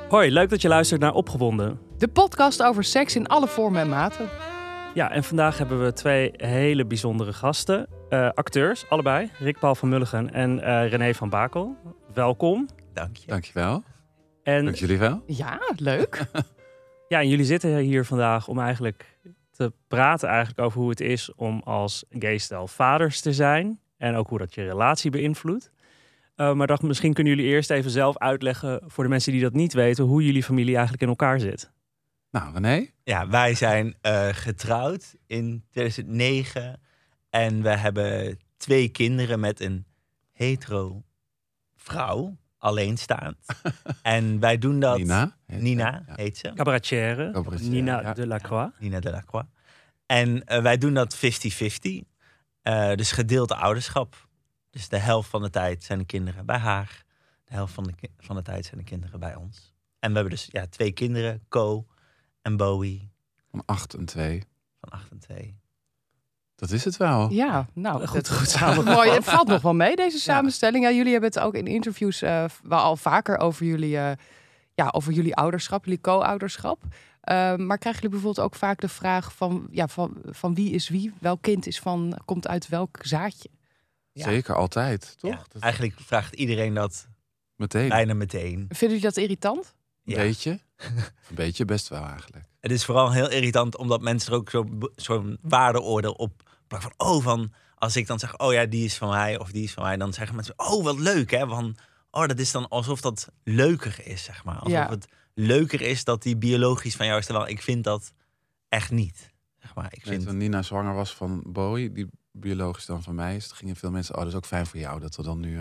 Hoi, leuk dat je luistert naar Opgewonden. De podcast over seks in alle vormen en maten. Ja, en vandaag hebben we twee hele bijzondere gasten. Acteurs, allebei. Rick Paul van Mulligen en René van Bakel. Welkom. Dank je. Dankjewel. En Dank jullie wel. Ja, leuk. ja, en jullie zitten hier vandaag om eigenlijk te praten over hoe het is om als gay-stel vaders te zijn. En ook hoe dat je relatie beïnvloedt. Maar dacht, misschien kunnen jullie eerst even zelf uitleggen voor de mensen die dat niet weten, hoe jullie familie eigenlijk in elkaar zit. Nou, René? Ja, wij zijn getrouwd in 2009 en we hebben 2 kinderen met een hetero vrouw, alleenstaand. En wij doen dat... Nina heet ze. Cabaretière, Nina Delacroix. Nina Delacroix. En wij doen dat 50-50. Dus gedeeld ouderschap. Dus de helft van de tijd zijn de kinderen bij haar. De helft van de tijd zijn de kinderen bij ons. En we hebben dus 2 kinderen, Co en Bowie. Van 8 en 2. Van 8 en 2. Dat is het wel. Ja, nou, goed mooi. Het valt nog wel mee, deze samenstelling. Ja, jullie hebben het ook in interviews wel al vaker over jullie ouderschap, jullie co-ouderschap. Maar krijgen jullie bijvoorbeeld ook vaak de vraag van wie is wie? Welk kind komt uit welk zaadje? Ja. Zeker, altijd, toch? Ja, eigenlijk vraagt iedereen dat meteen. Bijna meteen. Vinden jullie dat irritant? Een beetje. Een beetje, best wel eigenlijk. Het is vooral heel irritant omdat mensen er ook zo'n waardeoordeel op plakken. Van als ik dan zeg, die is van mij of die is van mij. Dan zeggen mensen, wat leuk hè. Dat is dan alsof dat leuker is, zeg maar. Alsof het leuker is dat die biologisch van jou is. Terwijl ik vind dat echt niet. Zeg maar. Toen Nina zwanger was van Bowie, die biologisch dan van mij is, gingen veel mensen, dat is ook fijn voor jou dat er dan nu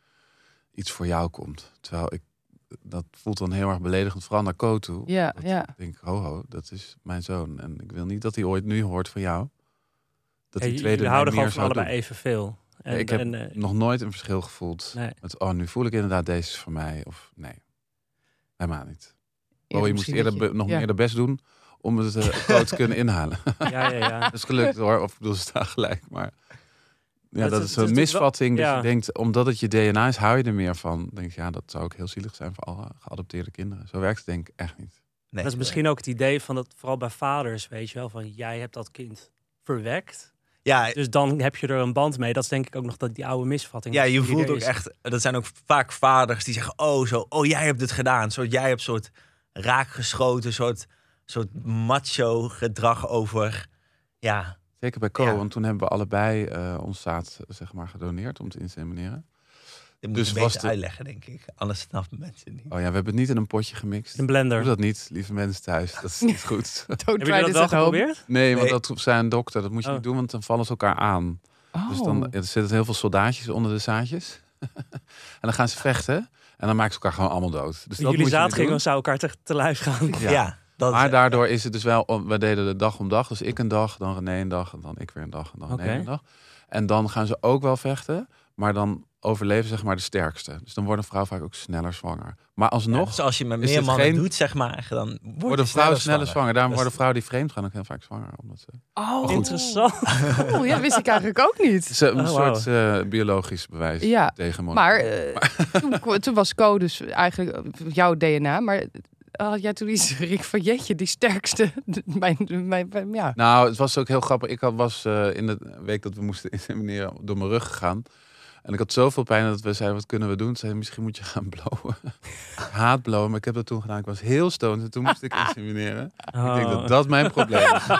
iets voor jou komt. Terwijl dat voelt dan heel erg beledigend, vooral naar Co toe. Ja. Ik denk, dat is mijn zoon. En ik wil niet dat hij ooit nu hoort van jou. Dat die tweede jullie houden gewoon van allebei evenveel. Ik heb nog nooit een verschil gevoeld. Nee. Met, nu voel ik inderdaad deze is voor mij. Of nee, helemaal niet. Je moest eerder best doen om het te kunnen inhalen. Ja. Dat is gelukt hoor, of ik bedoel, ze staan gelijk. Maar ja, dat is een misvatting. Dat je denkt, omdat het je DNA is, hou je er meer van. Denk je, dat zou ook heel zielig zijn voor alle geadopteerde kinderen. Zo werkt het denk ik echt niet. Nee, dat is misschien ook het idee van dat, vooral bij vaders, weet je wel, van jij hebt dat kind verwekt. Ja, dus dan heb je er een band mee. Dat is denk ik ook nog die oude misvatting. Ja, je voelt ook echt, dat zijn ook vaak vaders die zeggen, jij hebt het gedaan. Jij hebt soort raakgeschoten, soort macho gedrag over, ja. Zeker bij Co, want toen hebben we allebei ons zaad gedoneerd om te insemineren. Dit moet je beter uitleggen, denk ik. Anders snappen mensen niet. We hebben het niet in een potje gemixt. Een blender. Doe dat niet, lieve mensen thuis. Dat is niet goed. Heb je dat wel geprobeerd? Nee, want dat zei een dokter. Dat moet je niet doen, want dan vallen ze elkaar aan. Dus dan zitten heel veel soldaatjes onder de zaadjes. En dan gaan ze vechten. En dan maken ze elkaar gewoon allemaal dood. Dus jullie zaadgingen zou elkaar te lijf gaan. Ja. Maar daardoor is het dus wel, we deden de dag om dag. Dus ik een dag, dan René een dag, en dan ik weer een dag, en dan René een dag. En dan gaan ze ook wel vechten, maar dan overleven de sterkste. Dus dan wordt een vrouw vaak ook sneller zwanger. Maar alsnog, dus als je met meer mannen doet, dan wordt een vrouw sneller zwanger. Daarom worden vrouwen die vreemd gaan ook heel vaak zwanger. Omdat ze... interessant. Ja, wist ik eigenlijk ook niet. Het is een soort biologisch bewijs tegen mannen. Maar toen was Co dus eigenlijk jouw DNA, maar toen is Rick van jeetje, die sterkste. Ja. Nou, het was ook heel grappig. Ik was in de week dat we moesten insemineren door mijn rug gegaan. En ik had zoveel pijn dat we zeiden, wat kunnen we doen? Ze zeiden, misschien moet je gaan blowen. Haat blowen, maar ik heb dat toen gedaan. Ik was heel stoned en toen moest ik insemineren. Ik denk dat mijn probleem is.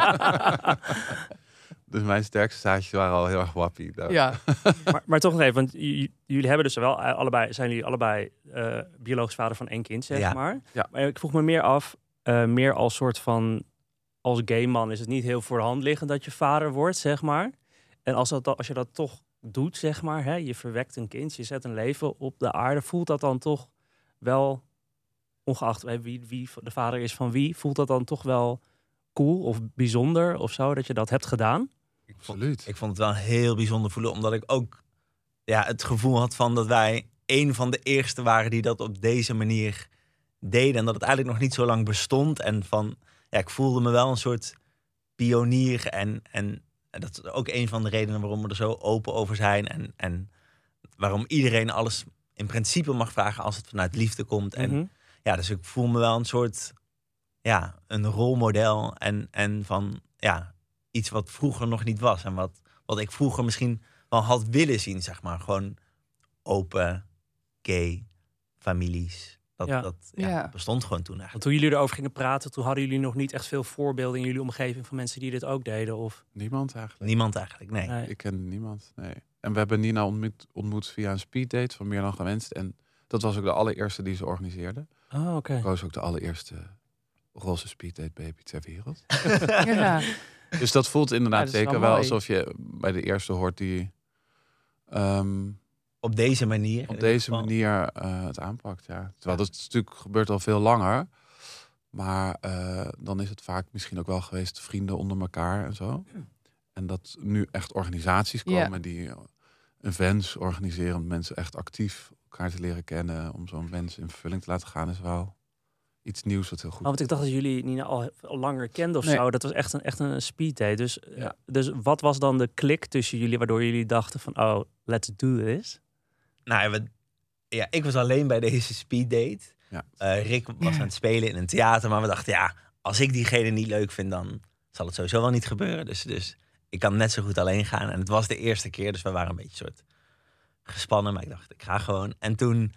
Dus mijn sterkste zaadjes waren al heel erg wappie. Ja. maar toch nog even, want jullie hebben dus wel zijn jullie allebei biologisch vader van 1 kind, zeg maar. Ja. Maar ik vroeg me meer af, meer als soort van, als gay man is het niet heel voor de hand liggend dat je vader wordt, zeg maar. En als je dat toch doet, zeg maar, hè, je verwekt een kind, je zet een leven op de aarde, voelt dat dan toch wel, ongeacht wie de vader is van wie, voelt dat dan toch wel cool of bijzonder of zo, dat je dat hebt gedaan? Absoluut. Ik vond het wel heel bijzonder voelen, omdat ik ook het gevoel had van dat wij een van de eerste waren die dat op deze manier deden. En dat het eigenlijk nog niet zo lang bestond. En ik voelde me wel een soort pionier. En dat is ook een van de redenen waarom we er zo open over zijn. En waarom iedereen alles in principe mag vragen als het vanuit liefde komt. En Ja, dus ik voel me wel een soort, een rolmodel en van, iets wat vroeger nog niet was. En wat ik vroeger misschien wel had willen zien, zeg maar. Gewoon open, gay, families. Dat bestond gewoon toen eigenlijk. Want toen jullie erover gingen praten, toen hadden jullie nog niet echt veel voorbeelden in jullie omgeving van mensen die dit ook deden? Of? Niemand eigenlijk. Niemand eigenlijk, nee. Ik ken niemand, nee. En we hebben Nina ontmoet via een speeddate van Meer dan Gewenst. En dat was ook de allereerste die ze organiseerde. Oh, oké. Dat was ook de allereerste roze speeddate baby ter wereld. Ja. Dus dat voelt inderdaad dat is zeker wel wel mooi. alsof je bij de eerste hoort die Op deze manier. op deze manier het aanpakt. Ja. Terwijl dat natuurlijk gebeurt al veel langer. Maar dan is het vaak misschien ook wel geweest vrienden onder elkaar en zo. En dat nu echt organisaties komen die events organiseren om mensen echt actief elkaar te leren kennen, om zo'n wens in vervulling te laten gaan, is wel iets nieuws wat heel goed Want ik dacht dat jullie Nina al langer kenden of Nee. zo. Dat was echt een speeddate. Dus wat was dan de klik tussen jullie waardoor jullie dachten van, oh, let's do this? Nou, ik was alleen bij deze speeddate. Ja. Rick was aan het spelen in een theater, maar we dachten, als ik diegene niet leuk vind, dan zal het sowieso wel niet gebeuren. Dus ik kan net zo goed alleen gaan. En het was de eerste keer, dus we waren een beetje soort gespannen. Maar ik dacht, ik ga gewoon. En toen,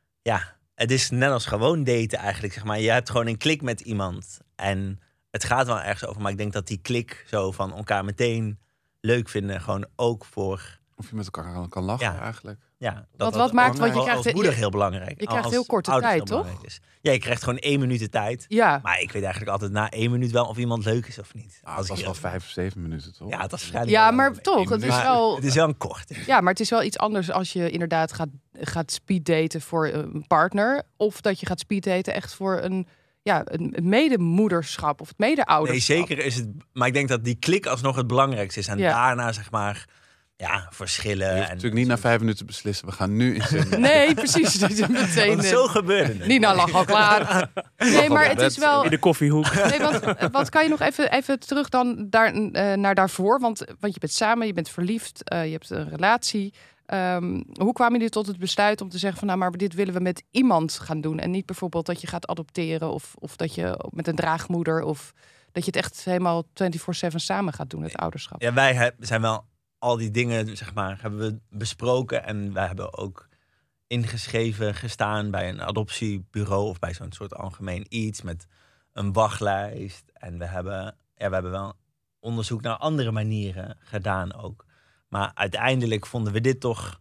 het is net als gewoon daten eigenlijk, zeg maar. Je hebt gewoon een klik met iemand. En het gaat wel ergens over. Maar ik denk dat die klik zo van elkaar meteen leuk vinden, gewoon ook voor... Of je met elkaar kan lachen eigenlijk. Ja, Wat maakt, want je krijgt als moeder heel belangrijk. Je krijgt als heel korte ouders tijd, heel toch? belangrijk is. Ja, je krijgt gewoon 1 minuut de tijd. Ja. Maar ik weet eigenlijk altijd na 1 minuut wel of iemand leuk is of niet. Het was wel 5 of 7 minuten, toch? Ja, het was waarschijnlijk Ja, wel maar een toch, het is Maar wel... Het is wel een kort. Ja, maar het is wel iets anders als je inderdaad gaat speeddaten voor een partner. Of dat je gaat speeddaten echt voor een medemoederschap of het Nee, mede-ouderschap. zeker is het... Maar ik denk dat die klik alsnog het belangrijkste is. En daarna, zeg maar, verschillen. Je hoeft natuurlijk niet na 5 minuten beslissen. We gaan nu in. Nee, precies. Dat is meteen. Want zo gebeurde het. Nina lag al klaar. Nee, maar het is wel... In de koffiehoek. Nee, want kan je nog even terug dan naar daarvoor? Want je bent samen, je bent verliefd, je hebt een relatie. Hoe kwamen jullie tot het besluit om te zeggen van, nou, maar dit willen we met iemand gaan doen en niet bijvoorbeeld dat je gaat adopteren of dat je met een draagmoeder of dat je het echt helemaal 24/7 samen gaat doen, het ouderschap? Ja, wij zijn wel al die dingen, zeg maar, hebben we besproken en wij hebben ook ingeschreven gestaan bij een adoptiebureau of bij zo'n soort algemeen iets met een wachtlijst. En we hebben wel onderzoek naar andere manieren gedaan ook. Maar uiteindelijk vonden we dit toch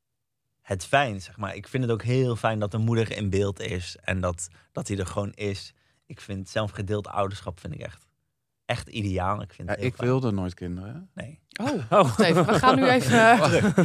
het fijn, zeg maar. Ik vind het ook heel fijn dat de moeder in beeld is en dat hij er gewoon is. Ik vind zelfgedeeld ouderschap vind ik echt ideaal. Ik vind het heel fijn. wilde nooit kinderen. Nee. Oh, wacht even. We gaan nu even...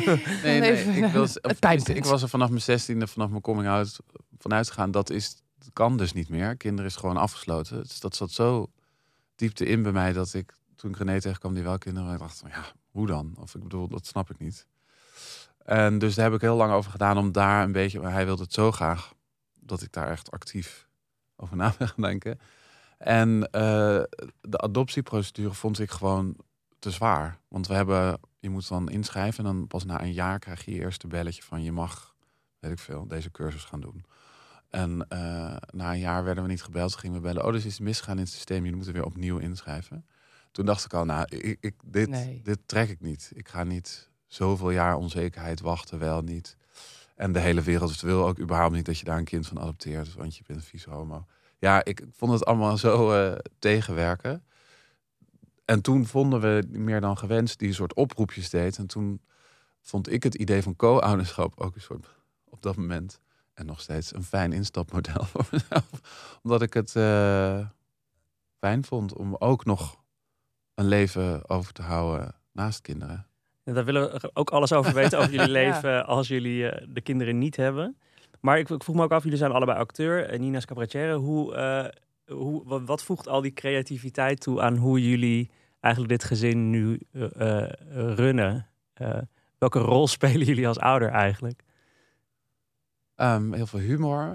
Ik was er vanaf mijn 16e, vanaf mijn coming out vanuit gegaan. Dat kan dus niet meer. Kinderen is gewoon afgesloten. Dus dat zat zo diepte in bij mij dat ik, toen ik René tegenkwam die wel kinderen had, dacht van, hoe dan? Of ik bedoel, dat snap ik niet. En dus daar heb ik heel lang over gedaan om daar een beetje... Maar hij wilde het zo graag dat ik daar echt actief over na ben gaan denken. En de adoptieprocedure vond ik gewoon te zwaar. Want je moet dan inschrijven en dan pas na een jaar krijg je eerste belletje van je mag, weet ik veel, deze cursus gaan doen. En na een jaar werden we niet gebeld, gingen we bellen. Oh, er is iets misgegaan in het systeem, je moet er weer opnieuw inschrijven. Toen dacht ik al, dit trek ik niet. Ik ga niet zoveel jaar onzekerheid wachten, wel niet. En de hele wereld wil ook überhaupt niet dat je daar een kind van adopteert, want je bent een vieze homo. Ja, ik vond het allemaal zo tegenwerken. En toen vonden we Meer dan Gewenst die een soort oproepjes deed. En toen vond ik het idee van co-ouderschap ook een soort, op dat moment, en nog steeds, een fijn instapmodel voor mezelf. Omdat ik het fijn vond om ook nog een leven over te houden naast kinderen. En daar willen we ook alles over weten, over jullie leven als jullie de kinderen niet hebben. Maar ik vroeg me ook af, jullie zijn allebei acteur. Nina is cabaretière. Wat voegt al die creativiteit toe aan hoe jullie eigenlijk dit gezin nu runnen? Welke rol spelen jullie als ouder eigenlijk? Heel veel humor.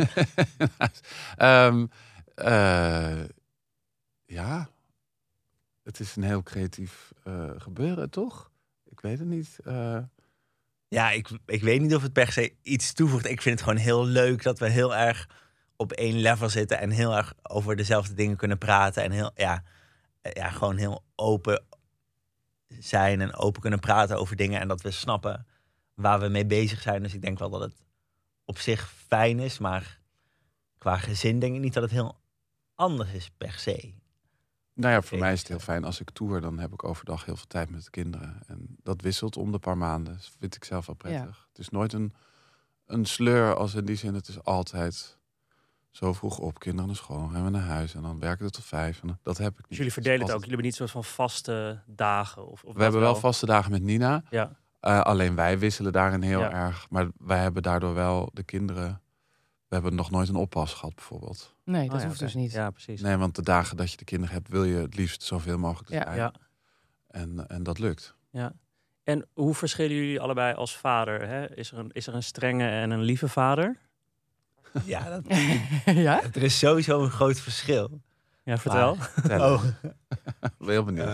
Ja, het is een heel creatief gebeuren, toch? Ik weet het niet. Ja, ik weet niet of het per se iets toevoegt. Ik vind het gewoon heel leuk dat we heel erg op één level zitten en heel erg over dezelfde dingen kunnen praten. En gewoon heel open zijn en open kunnen praten over dingen. En dat we snappen waar we mee bezig zijn. Dus ik denk wel dat het op zich fijn is. Maar qua gezin denk ik niet dat het heel anders is per se. Nou ja, voor mij is het heel fijn. Als ik tour, dan heb ik overdag heel veel tijd met de kinderen. En dat wisselt om de paar maanden. Dat vind ik zelf wel prettig. Ja. Het is nooit een sleur als in die zin. Het is altijd zo vroeg op. Kinderen naar school, gaan we naar huis. En dan werken we tot 5. En dat heb ik niet. Dus jullie verdelen het ook? Jullie hebben niet soort van vaste dagen? Of we hebben wel vaste dagen met Nina. Ja. Alleen wij wisselen daarin heel erg. Maar wij hebben daardoor wel de kinderen... We hebben nog nooit een oppas gehad, bijvoorbeeld. Nee, dat hoeft dus niet. Ja, precies. Nee, want de dagen dat je de kinderen hebt, wil je het liefst zoveel mogelijk zijn. Ja. En dat lukt. Ja. En hoe verschillen jullie allebei als vader? Hè? Is er een strenge en een lieve vader? Ja, ja? Er is sowieso een groot verschil. Ja, vertel. Heel benieuwd.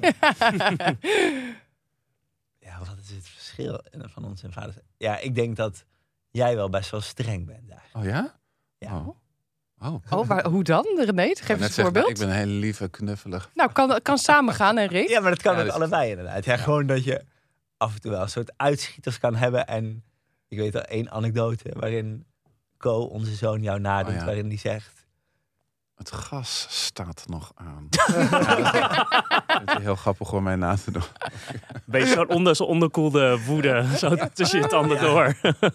Ja, wat is het verschil van ons en vaders? Ja, ik denk dat jij wel best wel streng bent eigenlijk. Oh ja? Ja. Maar hoe dan, René? Geef eens een voorbeeld. Ik ben een hele lieve, knuffelig. Nou, kan samen gaan, hè, Rick? Ja, maar dat kan ook allebei inderdaad. Ja, gewoon dat je af en toe wel een soort uitschieters kan hebben. En ik weet al 1 anekdote waarin Co, onze zoon, jou nadoet. Waarin die zegt... Het gas staat nog aan. Het is heel grappig om mij na te doen. Beetje zo'n onderkoelde woede. Zo tussen je tanden door.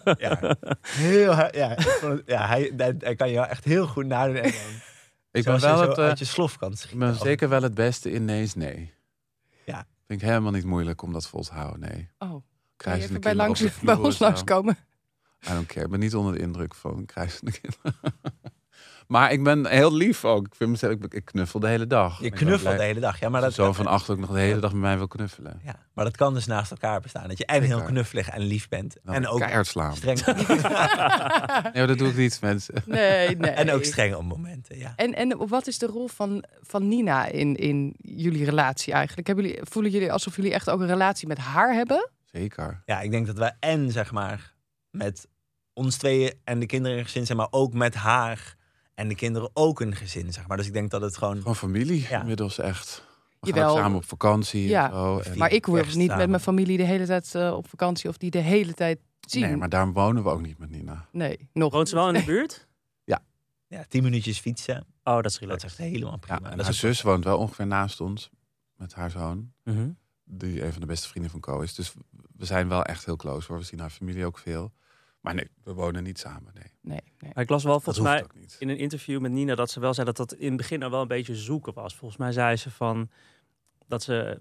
Hij kan je echt heel goed nadoen. En dan, ik ben wel uit je slof kan schieten. Ik ben zeker wel het beste in nee. Ja. Vind ik helemaal niet moeilijk om dat vol te houden, nee. Oh, even bij ons langskomen. I don't care. Ik ben niet onder de indruk van krijzende kinderen. Maar ik ben heel lief ook. Ik vind mezelf, ik knuffel de hele dag. Je knuffelt de hele dag. Ja, maar dat zoon van 8 ook nog de hele dag met mij wil knuffelen. Ja, maar dat kan dus naast elkaar bestaan. Dat je en heel knuffelig en lief bent. Nou, en ook keihard slaan. Streng. Nee, dat doe ik niet, mensen. Nee. En ook streng op momenten, ja. En wat is de rol van Nina in jullie relatie eigenlijk? Voelen jullie alsof jullie echt ook een relatie met haar hebben? Zeker. Ja, ik denk dat wij zeg maar met ons tweeën en de kinderen een gezin zijn, maar ook met haar en de kinderen ook een gezin, zeg maar. Dus ik denk dat het gewoon familie inmiddels echt. We gaan samen op vakantie. Ja, en zo. Maar ik hoef niet met mijn familie de hele tijd op vakantie of die de hele tijd zien. Nee, maar daarom wonen we ook niet met Nina. Nee, nog. Woont ze wel in de buurt? Ja, 10 minuutjes fietsen. Oh, dat is relaxed. Dat is echt helemaal prima. Ja, en haar zus woont wel ongeveer naast ons met haar zoon. Mm-hmm. Die een van de beste vrienden van Co is. Dus we zijn wel echt heel close hoor. We zien haar familie ook veel. Maar nee, we wonen niet samen. Nee. Maar ik las wel volgens mij niet. in een interview met Nina dat ze wel zei dat in het begin al wel een beetje zoeken was. Volgens mij zei ze van dat ze,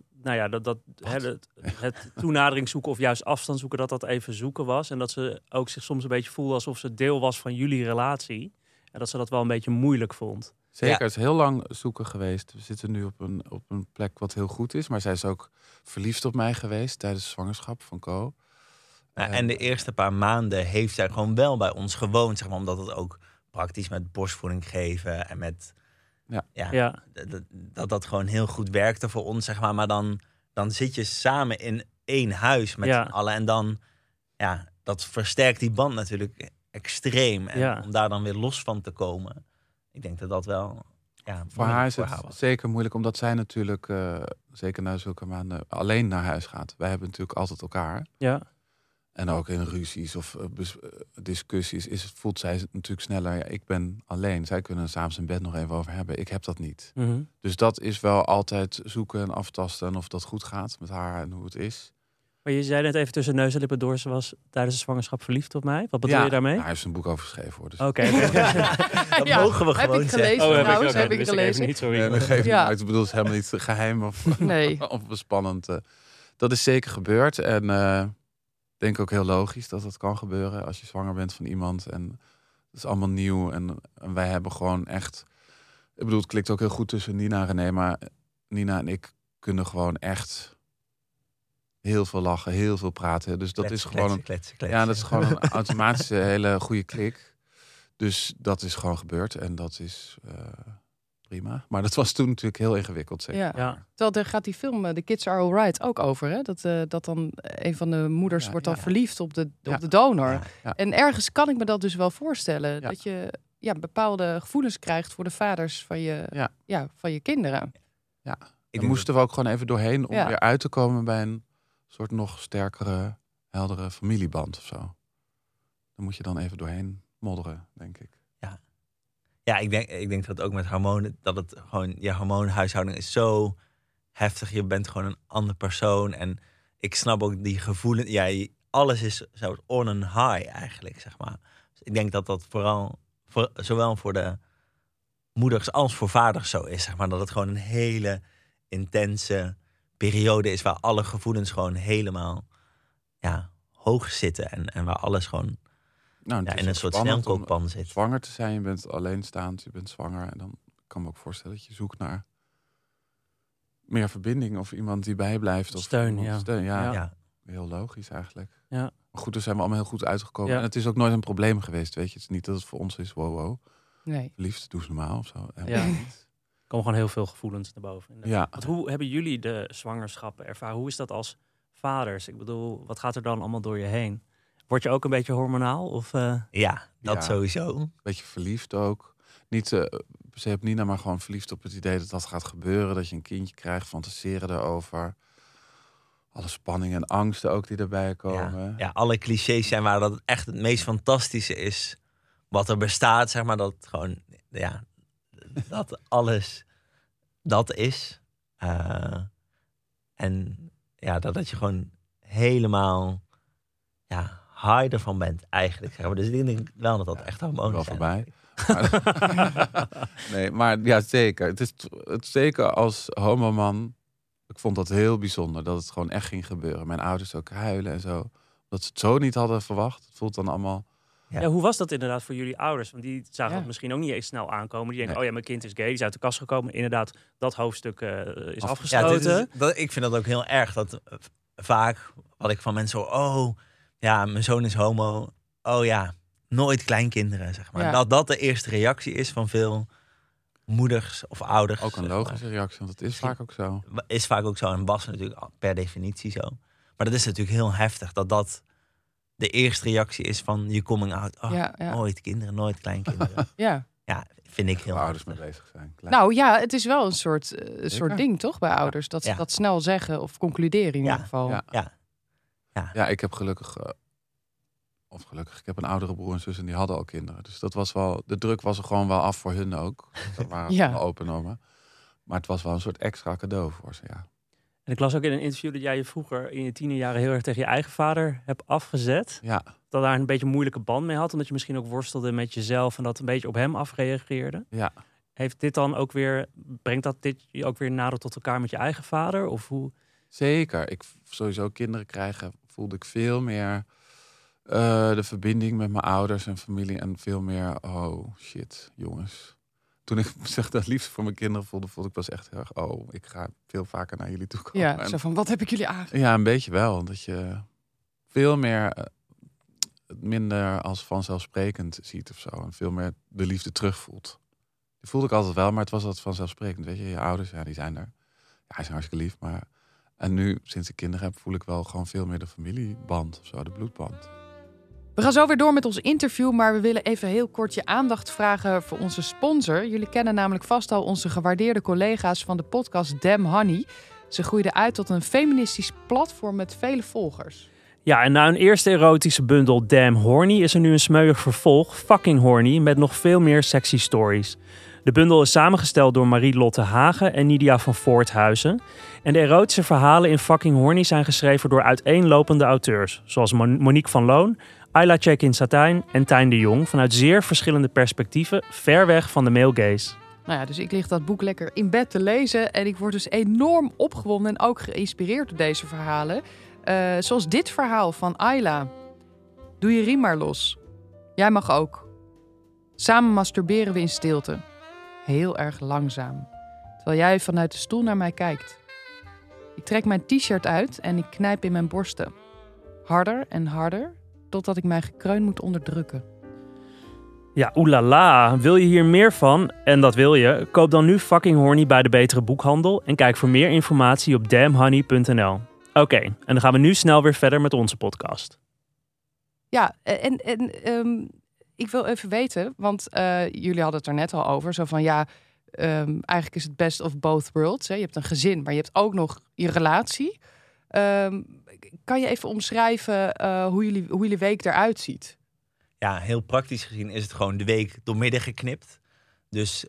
het toenadering zoeken of juist afstand zoeken, dat even zoeken was. En dat ze ook zich soms een beetje voelde alsof ze deel was van jullie relatie. En dat ze dat wel een beetje moeilijk vond. Zeker, het is heel lang zoeken geweest. We zitten nu op een plek wat heel goed is. Maar zij is ook verliefd op mij geweest tijdens de zwangerschap van Co. En de eerste paar maanden heeft zij gewoon wel bij ons gewoond, zeg maar, omdat het ook praktisch met borstvoeding geven en met dat gewoon heel goed werkte voor ons, zeg maar. Maar dan zit je samen in 1 huis met z'n allen en dan dat versterkt die band natuurlijk extreem. En om daar dan weer los van te komen, ik denk dat wel. Ja, voor haar is het zeker moeilijk, omdat zij natuurlijk zeker na zulke maanden alleen naar huis gaat. Wij hebben natuurlijk altijd elkaar. Ja. En ook in ruzies of discussies voelt zij het natuurlijk sneller. Ja, ik ben alleen. Zij kunnen het 's avonds in bed nog even over hebben. Ik heb dat niet. Mm-hmm. Dus dat is wel altijd zoeken en aftasten en of dat goed gaat met haar en hoe het is. Maar je zei net even tussen neus en lippen door, ze was tijdens de zwangerschap verliefd op mij. Wat bedoel je daarmee? Hij heeft een boek over geschreven hoor. Dus Oké. Dat mogen we gewoon zeggen. Heb ik gelezen. Niet, sorry. Dat geeft niet uit. Ik bedoel, het is helemaal niet geheim of spannend. Dat is zeker gebeurd. En ik denk ook heel logisch dat dat kan gebeuren als je zwanger bent van iemand. En dat is allemaal nieuw. En wij hebben gewoon echt... Ik bedoel, het klikt ook heel goed tussen Nina en René. Maar Nina en ik kunnen gewoon echt heel veel lachen, heel veel praten. Dus dat is gewoon dat is gewoon een automatische hele goede klik. Dus dat is gewoon gebeurd. En dat is prima. Maar dat was toen natuurlijk heel ingewikkeld. Zeker. Ja. Terwijl daar gaat die film The Kids Are Alright ook over. Hè? Dat dan een van de moeders wordt dan verliefd op de donor. Ja. En ergens kan ik me dat dus wel voorstellen. Dat je bepaalde gevoelens krijgt voor de vaders van je kinderen. Ja, daar moesten we ook gewoon even doorheen om weer uit te komen bij een soort nog sterkere, heldere familieband of zo. Dan moet je dan even doorheen modderen, denk ik. Ja, ik denk dat ook met hormonen, dat het gewoon, je hormoonhuishouding is zo heftig. Je bent gewoon een ander persoon. En ik snap ook die gevoelens. Ja, alles is zo on een high eigenlijk, zeg maar. Dus ik denk dat dat vooral, zowel voor de moeders als voor vaders zo is, zeg maar. Dat het gewoon een hele intense periode is waar alle gevoelens gewoon helemaal hoog zitten. En waar alles gewoon in een soort snelkookpan zit. Zwanger te zijn, je bent alleenstaand, je bent zwanger. En dan kan ik me ook voorstellen dat je zoekt naar meer verbinding of iemand die bijblijft. Of steun, steun. Ja, heel logisch eigenlijk. Ja. Maar goed, daar zijn we allemaal heel goed uitgekomen. Ja. En het is ook nooit een probleem geweest, weet je. Het is niet dat het voor ons is, wow. Nee. Liefst, doe eens normaal of zo. Ja. Er komen gewoon heel veel gevoelens naar boven. Ja. Want hoe hebben jullie de zwangerschappen ervaren? Hoe is dat als vaders? Ik bedoel, wat gaat er dan allemaal door je heen? Word je ook een beetje hormonaal? Of, Ja, dat sowieso. Een beetje verliefd ook. Niet per se op Nina, maar gewoon verliefd op het idee dat dat gaat gebeuren. Dat je een kindje krijgt, fantaseren erover. Alle spanning en angsten ook die erbij komen. Ja, alle clichés zijn waar dat het echt het meest fantastische is wat er bestaat, zeg maar. Dat gewoon, dat alles dat is. En dat je gewoon helemaal high ervan bent eigenlijk, zeg maar. Dus ik denk wel dat echt hormonen wel zijn. Voorbij. Nee, maar ja, zeker. Het is zeker als homoman. Ik vond dat heel bijzonder, dat het gewoon echt ging gebeuren. Mijn ouders ook huilen en zo. Dat ze het zo niet hadden verwacht. Het voelt dan allemaal... Ja, hoe was dat inderdaad voor jullie ouders? Want die zagen het misschien ook niet eens snel aankomen. Die denken, mijn kind is gay, die is uit de kast gekomen. Inderdaad, dat hoofdstuk is afgesloten. Ik vind dat ook heel erg. Dat vaak wat ik van mensen hoor... mijn zoon is homo. Nooit kleinkinderen, zeg maar. Ja. Dat de eerste reactie is van veel moeders of ouders. Ook een logische reactie, want het is vaak ook zo. Is vaak ook zo en was natuurlijk per definitie zo. Maar dat is natuurlijk heel heftig, dat de eerste reactie is van je coming out. Nooit kinderen, nooit kleinkinderen. Ja, vind ik heel ouders heftig. mee bezig zijn. Klein. Nou ja, het is wel een soort ding toch bij ouders. Dat ze dat snel zeggen of concluderen in ieder geval. Ja, ik heb gelukkig, ik heb een oudere broer en zus en die hadden al kinderen. Dus dat was wel, de druk was er gewoon wel af voor hun ook. Dat waren wel open over. Maar het was wel een soort extra cadeau voor ze, En ik las ook in een interview dat jij je vroeger in je tienerjaren heel erg tegen je eigen vader hebt afgezet. Ja. Dat daar een beetje een moeilijke band mee had. Omdat je misschien ook worstelde met jezelf en dat een beetje op hem afreageerde. Ja. Heeft dit dan ook weer, brengt dat dit je ook weer nader tot elkaar met je eigen vader? Of hoe? Zeker. Ik sowieso kinderen krijgen, voelde ik veel meer de verbinding met mijn ouders en familie. En veel meer, oh shit, jongens. Toen ik zeg dat liefst voor mijn kinderen voelde ik pas echt heel erg, ik ga veel vaker naar jullie toe komen. Ja, zo van, wat heb ik jullie aangedaan? Ja, een beetje wel. Dat je veel meer minder als vanzelfsprekend ziet of zo. En veel meer de liefde terugvoelt. Die voelde ik altijd wel, maar het was altijd vanzelfsprekend. Weet je ouders, die zijn er. Ja, hij is hartstikke lief, maar... En nu, sinds ik kinderen heb, voel ik wel gewoon veel meer de familieband of zo, de bloedband. We gaan zo weer door met ons interview, maar we willen even heel kort je aandacht vragen voor onze sponsor. Jullie kennen namelijk vast al onze gewaardeerde collega's van de podcast Damn Honey. Ze groeiden uit tot een feministisch platform met vele volgers. Ja, en na een eerste erotische bundel Damn Horny is er nu een smeuig vervolg, Fucking Horny, met nog veel meer sexy stories. De bundel is samengesteld door Marie-Lotte Hagen en Nidia van Voorthuizen. En de erotische verhalen in Fucking Horny zijn geschreven door uiteenlopende auteurs, zoals Monique van Loon, Ayla Cekin Satijn en Tijn de Jong, vanuit zeer verschillende perspectieven, ver weg van de male gaze. Nou ja, dus ik lig dat boek lekker in bed te lezen en ik word dus enorm opgewonden en ook geïnspireerd door deze verhalen. Zoals dit verhaal van Ayla. Doe je riem maar los. Jij mag ook. Samen masturberen we in stilte. Heel erg langzaam. Terwijl jij vanuit de stoel naar mij kijkt. Ik trek mijn t-shirt uit en ik knijp in mijn borsten. Harder en harder, totdat ik mijn gekreun moet onderdrukken. Ja, oelala. Wil je hier meer van? En dat wil je? Koop dan nu Fucking Horny bij de Betere Boekhandel en kijk voor meer informatie op damnhoney.nl. Oké, en dan gaan we nu snel weer verder met onze podcast. Ja, en ik wil even weten, want jullie hadden het er net al over. Zo van eigenlijk is het best of both worlds. Hè? Je hebt een gezin, maar je hebt ook nog je relatie. Kan je even omschrijven hoe jullie week eruit ziet? Ja, heel praktisch gezien is het gewoon de week doormidden geknipt. Dus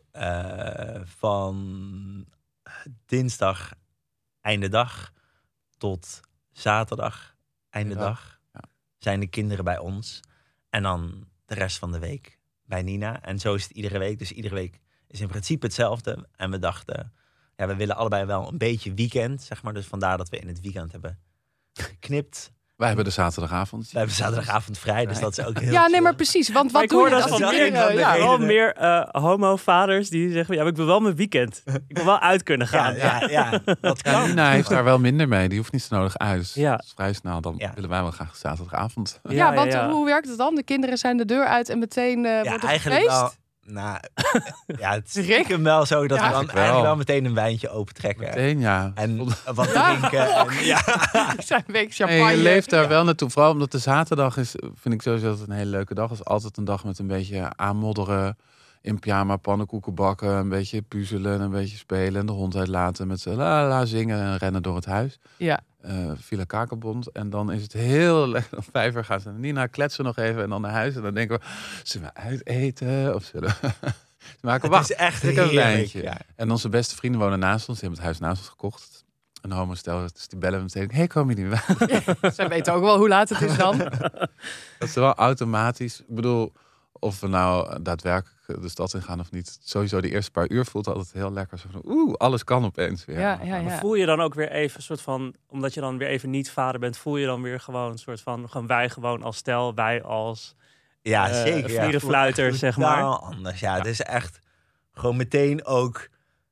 van dinsdag einde dag tot zaterdag einde dag zijn de kinderen bij ons. En dan de rest van de week bij Nina. En zo is het iedere week. Dus iedere week is in principe hetzelfde. En we dachten, we willen allebei wel een beetje weekend, zeg maar. Dus vandaar dat we in het weekend hebben geknipt. Wij hebben de zaterdagavond. We hebben zaterdagavond vrij, dus dat is ook heel Ja, nee, chill. maar precies. Want wat doe je dat dan? van meer, meer homo-vaders die zeggen, maar ik wil wel mijn weekend. Ik wil wel uit kunnen gaan. Ja, dat kan. Nina heeft daar wel minder mee. Die hoeft niet zo nodig uit. Ja. Dat is vrij snel. Dan willen wij wel graag zaterdagavond. Want hoe werkt het dan? De kinderen zijn de deur uit en meteen wordt er eigenlijk gefeest? wel. Nou, het is stiekem wel zo dat we dan eigenlijk wel meteen een wijntje opentrekken. Meteen, ja. En wat drinken. En, zijn een week champagne. Je leeft daar wel naartoe. Vooral omdat de zaterdag is, vind ik sowieso dat het een hele leuke dag is. Altijd een dag met een beetje aanmodderen. In pyjama, pannenkoeken bakken. Een beetje puzzelen, een beetje spelen. En de hond uitlaten met z'n la zingen en rennen door het huis. Ja. Villa Kakenbond. En dan is het heel lekker. Om 5 uur gaan ze naar Nina, kletsen nog even en dan naar huis. En dan denken we, zullen we uiteten? Of zullen we... Ze maken wacht. Het is echt een wijntje. Ja. En onze beste vrienden wonen naast ons. Die hebben het huis naast ons gekocht. Een homostel, dus die bellen we meteen. Hey, kom je niet bij? Zij weten ook wel hoe laat het is dan. Dat is wel automatisch. Ik bedoel, of we nou daadwerkelijk de stad in gaan of niet. Sowieso de eerste paar uur voelt altijd heel lekker. Zo van, alles kan opeens weer. Ja. Voel je dan ook weer even een soort van, omdat je dan weer even niet vader bent, voel je dan weer gewoon een soort van, wij gewoon als stel, wij als zeker. vlierenfluiters, zeg maar. Anders, het is echt gewoon meteen ook.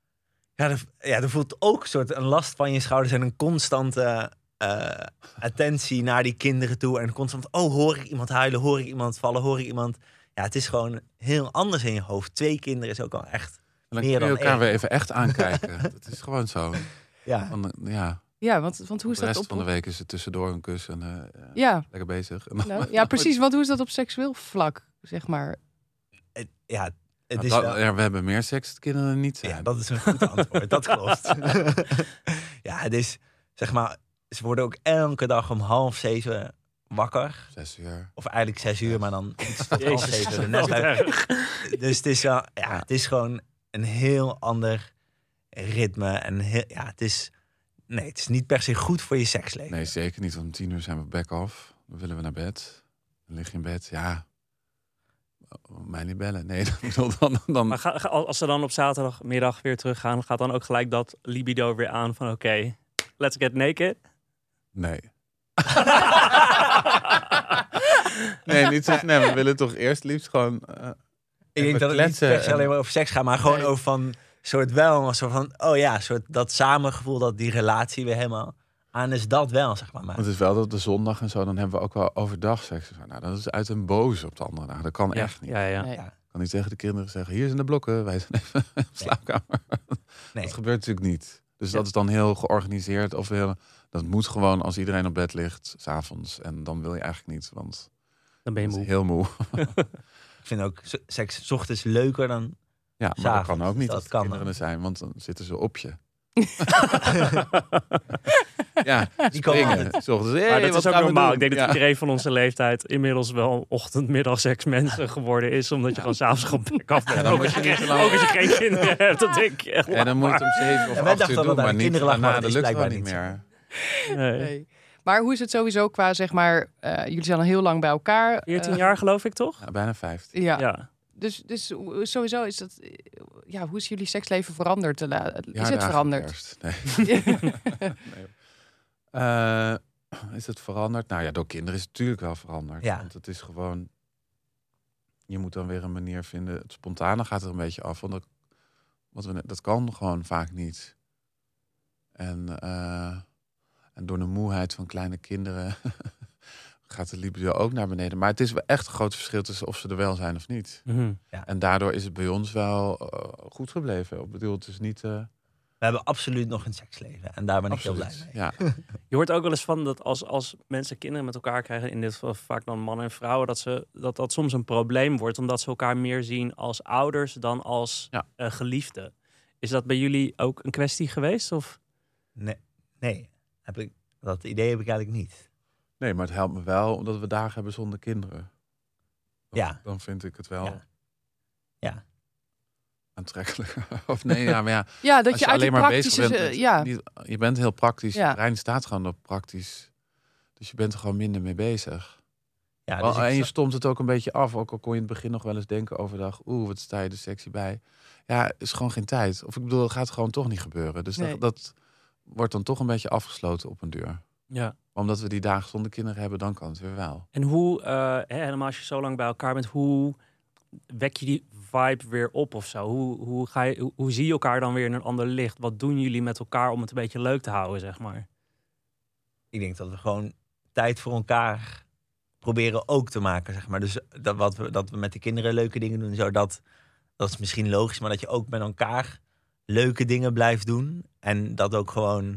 Er voelt ook een soort een last van je schouders en een constante attentie naar die kinderen toe. En constant, hoor ik iemand huilen, hoor ik iemand vallen, hoor ik iemand. Ja, het is gewoon heel anders in je hoofd. 2 kinderen is ook al echt. En dan kun je elkaar weer even echt aankijken. Dat is gewoon zo. Ja. Ja, want hoe is dat de rest van de week is het tussendoor een kus en lekker bezig. Ja, precies. Want hoe is dat op seksueel vlak, zeg maar? We hebben meer seks dan kinderen niet. Ja, dat is een goed antwoord. Dat klopt. Het is, zeg maar, ze worden ook elke dag om 6:30 wakker. 6 uur. Of eigenlijk 6 uur, maar dan iets tot 6:30. Dus het is wel, het is gewoon een heel ander ritme. En het is niet per se goed voor je seksleven. Nee, zeker niet. Want om 10:00 zijn we back off. Dan willen we naar bed. Dan lig je in bed. Ja. Mij niet bellen. Nee, dan... Maar als ze dan op zaterdagmiddag weer teruggaan, gaat dan ook gelijk dat libido weer aan van oké, let's get naked? Nee. Nee, niet zo. Nee, we willen toch eerst liefst gewoon. Ik denk dat het niet per se alleen maar over seks gaat, maar gewoon over van soort van soort dat samengevoel, dat die relatie weer helemaal aan is, dat wel, zeg maar. Het is wel dat de zondag en zo, dan hebben we ook wel overdag seks. Nou, dat is uit een boze op de andere dag. Dat kan echt niet. Ja. Ik kan niet tegen de kinderen zeggen, hier zijn de blokken, wij zijn even in de slaapkamer. Nee. Dat gebeurt natuurlijk niet. Dus dat is dan heel georganiseerd. Dat moet gewoon als iedereen op bed ligt, 's avonds. En dan wil je eigenlijk niet, want dan ben je moe. Heel moe. Ik vind ook seks 's ochtends leuker dan. Ja, maar dat kan ook niet dat als kinderen er zijn, want dan zitten ze op je. Die komen. Maar dat is ook normaal. Ik denk dat iedereen van onze leeftijd inmiddels wel ochtend-middag-seksmensen geworden is, omdat je gewoon s'avons gewoon back-off bent. Ook als je geen kinderen hebt, dat denk je echt. En dan moet het om 7 of 8 uur doen, maar niet daarna. Dat lukt gewoon niet meer. Nee. Maar hoe is het sowieso qua, zeg maar, jullie zijn al heel lang bij elkaar. 14 jaar geloof ik, toch? Ja, bijna 15. Ja. Dus sowieso is dat... Ja, hoe is jullie seksleven veranderd? Is het veranderd? Nee. Is het veranderd? Nou ja, door kinderen is het natuurlijk wel veranderd. Ja. Want het is gewoon... Je moet dan weer een manier vinden. Het spontane gaat er een beetje af. Want dat kan gewoon vaak niet. En door de moeheid van kleine kinderen... gaat de libido ook naar beneden. Maar het is wel echt een groot verschil tussen of ze er wel zijn of niet. Mm-hmm. Ja. En daardoor is het bij ons wel goed gebleven. Ik bedoel, het is niet... We hebben absoluut nog een seksleven. En daar ben ik heel blij mee. Ja. Je hoort ook wel eens van dat als mensen kinderen met elkaar krijgen, in dit geval vaak dan mannen en vrouwen, dat soms een probleem wordt, omdat ze elkaar meer zien als ouders dan als geliefden. Is dat bij jullie ook een kwestie geweest? Of? Nee. Dat idee heb ik eigenlijk niet. Nee, maar het helpt me wel omdat we dagen hebben zonder kinderen. Dan vind ik het wel aantrekkelijk. Of nee, maar ja. Ja, dat als je uit alleen die maar praktische... bezig bent je bent heel praktisch. Ja. Je brein staat gewoon op praktisch. Dus je bent er gewoon minder mee bezig. Ja, Dus dus en je stomt het ook een beetje af. Ook al kon je in het begin nog wel eens denken overdag. Wat sta je er sexy bij. Ja, is gewoon geen tijd. Of ik bedoel, het gaat gewoon toch niet gebeuren. Dus dat wordt dan toch een beetje afgesloten op een duur. Ja. Omdat we die dagen zonder kinderen hebben, dan kan het weer wel. En hoe, helemaal als je zo lang bij elkaar bent, hoe wek je die vibe weer op of zo? Hoe zie je elkaar dan weer in een ander licht? Wat doen jullie met elkaar om het een beetje leuk te houden, zeg maar? Ik denk dat we gewoon tijd voor elkaar proberen ook te maken, zeg maar. Dus dat we met de kinderen leuke dingen doen, zo dat is misschien logisch, maar dat je ook met elkaar leuke dingen blijft doen. En dat ook gewoon,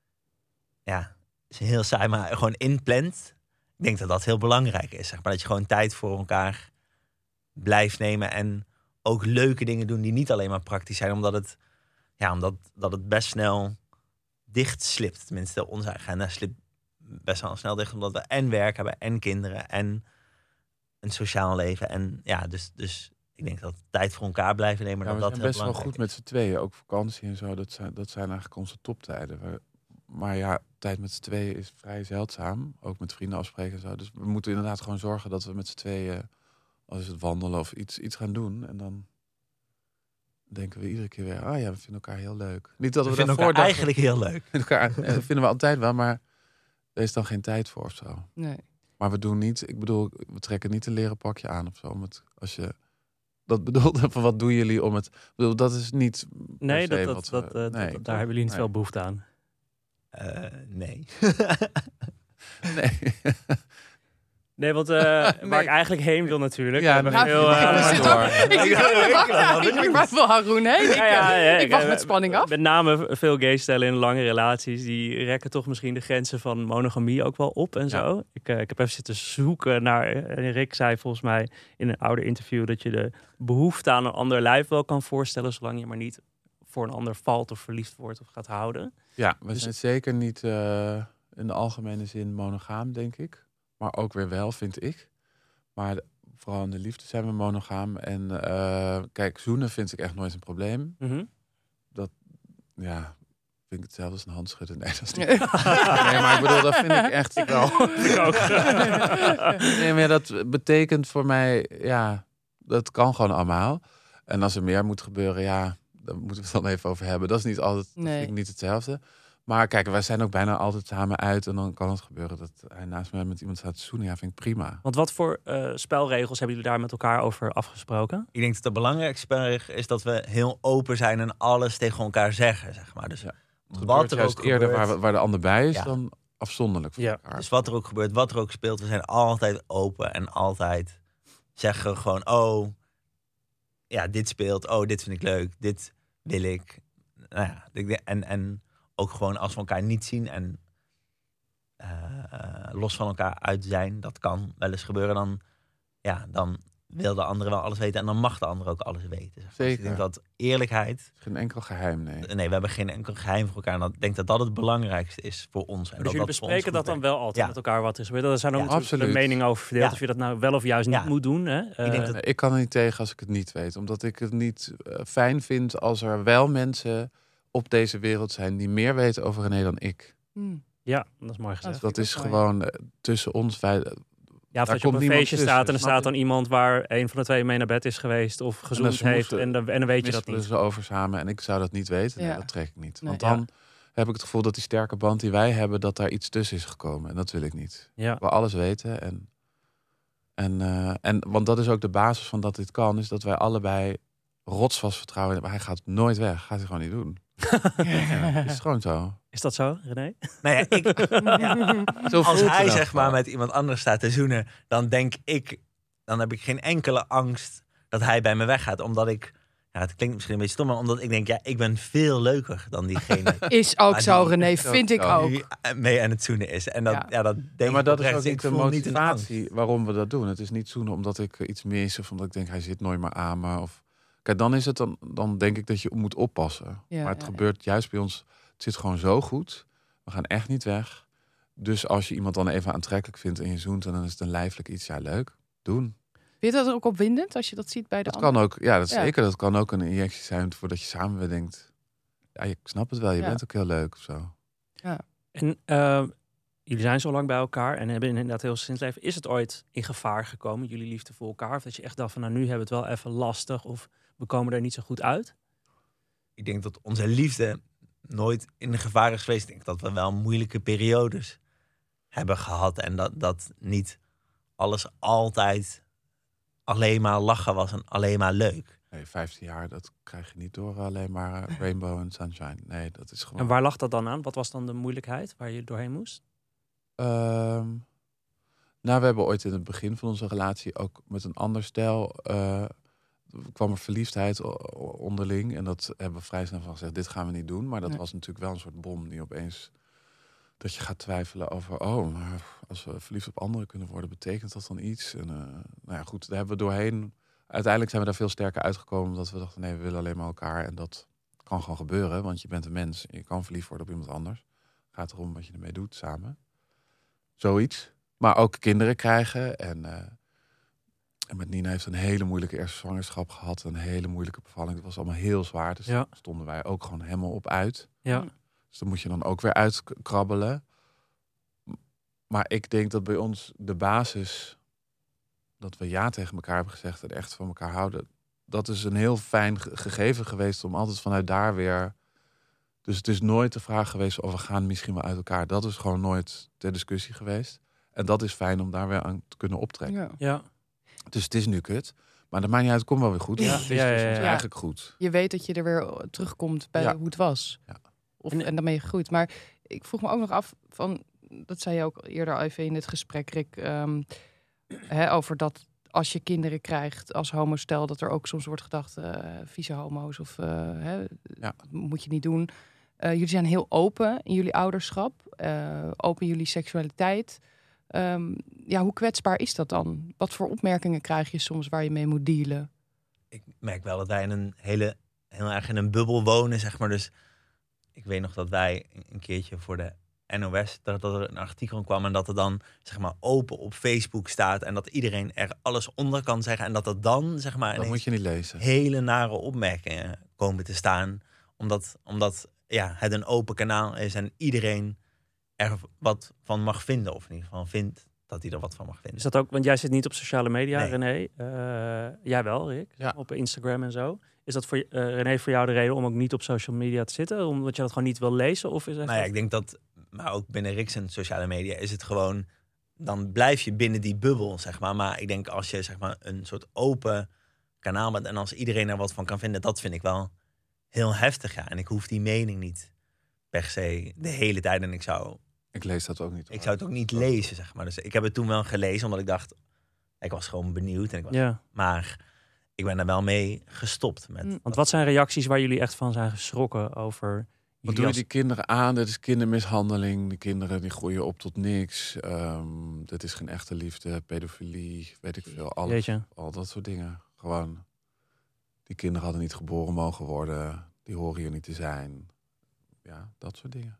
is heel saai, maar gewoon inplant. Ik denk dat dat heel belangrijk is, zeg maar. Dat je gewoon tijd voor elkaar blijft nemen en ook leuke dingen doen die niet alleen maar praktisch zijn, omdat het best snel dicht slipt. Tenminste, onze agenda slipt best wel snel dicht, omdat we en werk hebben en kinderen en een sociaal leven. En dus ik denk dat tijd voor elkaar blijven nemen. We zijn best wel goed met z'n tweeën. Ook vakantie en zo, dat zijn eigenlijk onze toptijden. Maar tijd met z'n tweeën is vrij zeldzaam. Ook met vrienden afspreken en zo. Dus we moeten inderdaad gewoon zorgen dat we met z'n tweeën, als is het wandelen of iets gaan doen. En dan denken we iedere keer weer, we vinden elkaar heel leuk. Niet dat we vinden elkaar eigenlijk heel leuk. Dat vinden we altijd wel, maar er is dan geen tijd voor of zo. Nee. Maar we doen niet, we trekken niet een leren pakje aan of zo. Als je dat bedoelt, van wat doen jullie om het... dat is niet... Nee, daar hebben jullie niet veel behoefte aan. Nee. Nee. Nee, want waar ik eigenlijk heen wil natuurlijk. Ja, Ik wacht wel Haroon heen. Ik wacht met spanning af. Met name veel gay stellen in lange relaties, die rekken toch misschien de grenzen van monogamie ook wel op en zo. Ik heb even zitten zoeken naar, en Rick zei volgens mij in een ouder interview dat je de behoefte aan een ander lijf wel kan voorstellen, zolang je maar niet voor een ander valt of verliefd wordt of gaat houden. Ja, we zijn zeker niet in de algemene zin monogaam, denk ik. Maar ook weer wel, vind ik. Maar vooral in de liefde zijn we monogaam. En kijk, zoenen vind ik echt nooit een probleem. Mm-hmm. Dat, vind ik hetzelfde als een hand schudden. Nee, dat is niet. Nee, maar ik bedoel, dat vind ik echt... Ik ook. Nee, maar dat betekent voor mij, dat kan gewoon allemaal. En als er meer moet gebeuren, daar moeten we het dan even over hebben. Dat is niet altijd, dat vind ik niet hetzelfde. Maar kijk, wij zijn ook bijna altijd samen uit. En dan kan het gebeuren dat hij naast mij met iemand staat te zoenen. Ja, vind ik prima. Want wat voor spelregels hebben jullie daar met elkaar over afgesproken? Ik denk dat de belangrijkste spelregel is dat we heel open zijn en alles tegen elkaar zeggen, zeg maar. Dus wat er ook eerder waar de ander bij is dan afzonderlijk van elkaar. Dus wat er ook gebeurt, wat er ook speelt, we zijn altijd open en altijd zeggen gewoon, dit speelt, dit vind ik leuk, dit wil ik. En ook gewoon als we elkaar niet zien en los van elkaar uit zijn, dat kan wel eens gebeuren, dan wil de andere wel alles weten en dan mag de ander ook alles weten. Zeg maar. Zeker. Dus ik denk dat eerlijkheid... Geen enkel geheim, nee. Nee, we hebben geen enkel geheim voor elkaar. En ik denk dat dat het belangrijkste is voor ons. En dus jullie bespreken dat dan wel altijd met elkaar wat is gebeurd? Er zijn ook natuurlijk meningen over verdeeld of je dat nou wel of juist niet moet doen. Hè? Ik kan er niet tegen als ik het niet weet. Omdat ik het niet fijn vind als er wel mensen op deze wereld zijn die meer weten over René dan ik. Ja, dat is mooi gezegd. Dat is gewoon tussen ons... of dat je op een feestje staat en er staat dan iemand waar een van de twee mee naar bed is geweest of gezoend heeft en dan weet je dat niet. Ze over samen en ik zou dat niet weten. Nee, dat trek ik niet. Want dan heb ik het gevoel dat die sterke band die wij hebben, dat daar iets tussen is gekomen. En dat wil ik niet. Ja. We alles weten. En want dat is ook de basis van dat dit kan, is dat wij allebei rotsvast vertrouwen hebben. Hij gaat nooit weg. Gaat hij gewoon niet doen. Is gewoon zo. Is dat zo, René? Nou als hij zeg maar met iemand anders staat te zoenen, dan denk ik, dan heb ik geen enkele angst dat hij bij me weggaat. Omdat ik Ja, het klinkt misschien een beetje stom, maar omdat ik denk, ik ben veel leuker dan diegene. Is ook zo, René, vind ik ook. Die mee aan het zoenen is. En dat, dat denk maar dat ik is ook oprecht. niet de motivatie waarom we dat doen. Het is niet zoenen omdat ik iets mis of omdat ik denk, hij zit nooit meer aan me. Of... Kijk, dan is het dan denk ik dat je moet oppassen. Ja, maar het gebeurt juist bij ons, het zit gewoon zo goed. We gaan echt niet weg. Dus als je iemand dan even aantrekkelijk vindt en je zoent, en dan is het een lijfelijk iets, leuk, doen. Vind je dat ook opwindend als je dat ziet bij de anderen? Kan ook, dat zeker. Dat kan ook een injectie zijn voordat je samen weer denkt, ik snap het wel, je bent ook heel leuk of zo. Ja. En jullie zijn zo lang bij elkaar en hebben inderdaad heel sindsleven. Is het ooit in gevaar gekomen, jullie liefde voor elkaar? Of dat je echt dacht van, nu hebben we het wel even lastig of we komen er niet zo goed uit? Ik denk dat onze liefde nooit in gevaar is geweest. Ik denk dat we wel moeilijke periodes hebben gehad. En dat niet alles altijd alleen maar lachen was en alleen maar leuk. Nee, 15 jaar, dat krijg je niet door alleen maar rainbow en sunshine. Nee, dat is gewoon... En waar lag dat dan aan? Wat was dan de moeilijkheid waar je doorheen moest? We hebben ooit in het begin van onze relatie ook met een ander stel... kwam er verliefdheid onderling. En dat hebben we vrij snel van gezegd, dit gaan we niet doen. Maar dat was natuurlijk wel een soort bom die opeens... dat je gaat twijfelen over... maar als we verliefd op anderen kunnen worden, betekent dat dan iets? En goed, daar hebben we doorheen... Uiteindelijk zijn we daar veel sterker uitgekomen... omdat we dachten, nee, we willen alleen maar elkaar. En dat kan gewoon gebeuren, want je bent een mens. En je kan verliefd worden op iemand anders. Het gaat erom wat je ermee doet, samen. Zoiets. Maar ook kinderen krijgen. En met Nina heeft een hele moeilijke eerste zwangerschap gehad. Een hele moeilijke bevalling. Dat was allemaal heel zwaar. Dus daar stonden wij ook gewoon helemaal op uit. Ja. Dus dan moet je dan ook weer uitkrabbelen. Maar ik denk dat bij ons de basis... dat we ja tegen elkaar hebben gezegd en echt van elkaar houden... dat is een heel fijn gegeven geweest om altijd vanuit daar weer... Dus het is nooit de vraag geweest of we gaan misschien wel uit elkaar. Dat is gewoon nooit ter discussie geweest. En dat is fijn om daar weer aan te kunnen optrekken. Ja. Dus het is nu kut. Maar dat maakt niet uit, het komt wel weer goed. Ja. Het is dus eigenlijk goed. Je weet dat je er weer terugkomt bij hoe het was. Ja. En dan ben je gegroeid. Maar ik vroeg me ook nog af, van, dat zei je ook eerder even in het gesprek, Rick... over dat als je kinderen krijgt als homostel... dat er ook soms wordt gedacht, vieze homo's of moet je niet doen. Jullie zijn heel open in jullie ouderschap. Open in jullie seksualiteit. Hoe kwetsbaar is dat dan? Wat voor opmerkingen krijg je soms waar je mee moet dealen? Ik merk wel dat wij in een heel erg in een bubbel wonen, zeg maar. Dus ik weet nog dat wij een keertje voor de NOS, dat er een artikel kwam en dat er dan, zeg maar, open op Facebook staat en dat iedereen er alles onder kan zeggen en dat er dan, zeg maar, dat moet je niet lezen. Hele nare opmerkingen komen te staan, omdat het een open kanaal is en iedereen er wat van mag vinden, of in ieder geval vindt dat hij er wat van mag vinden. Is dat ook, want jij zit niet op sociale media, Nee. René. Jij wel, Rick, op Instagram en zo. Is dat voor René voor jou de reden om ook niet op social media te zitten? Omdat je dat gewoon niet wil lezen? Of is ik denk dat, maar ook binnen Rick's en sociale media is het gewoon, dan blijf je binnen die bubbel, zeg maar. Maar ik denk als je, zeg maar, een soort open kanaal bent en als iedereen er wat van kan vinden, dat vind ik wel heel heftig, ja. En ik hoef die mening niet per se de hele tijd en ik lees dat ook niet. Ik zou het ook niet lezen, zeg maar. Dus ik heb het toen wel gelezen, omdat ik dacht, ik was gewoon benieuwd. Maar ik ben er wel mee gestopt. Want wat zijn reacties waar jullie echt van zijn geschrokken over? Wat doen die kinderen aan? Dat is kindermishandeling. Die kinderen die groeien op tot niks. Dat is geen echte liefde. Pedofilie, weet ik veel. Alles, al dat soort dingen. Gewoon, die kinderen hadden niet geboren mogen worden. Die horen hier niet te zijn. Ja, dat soort dingen.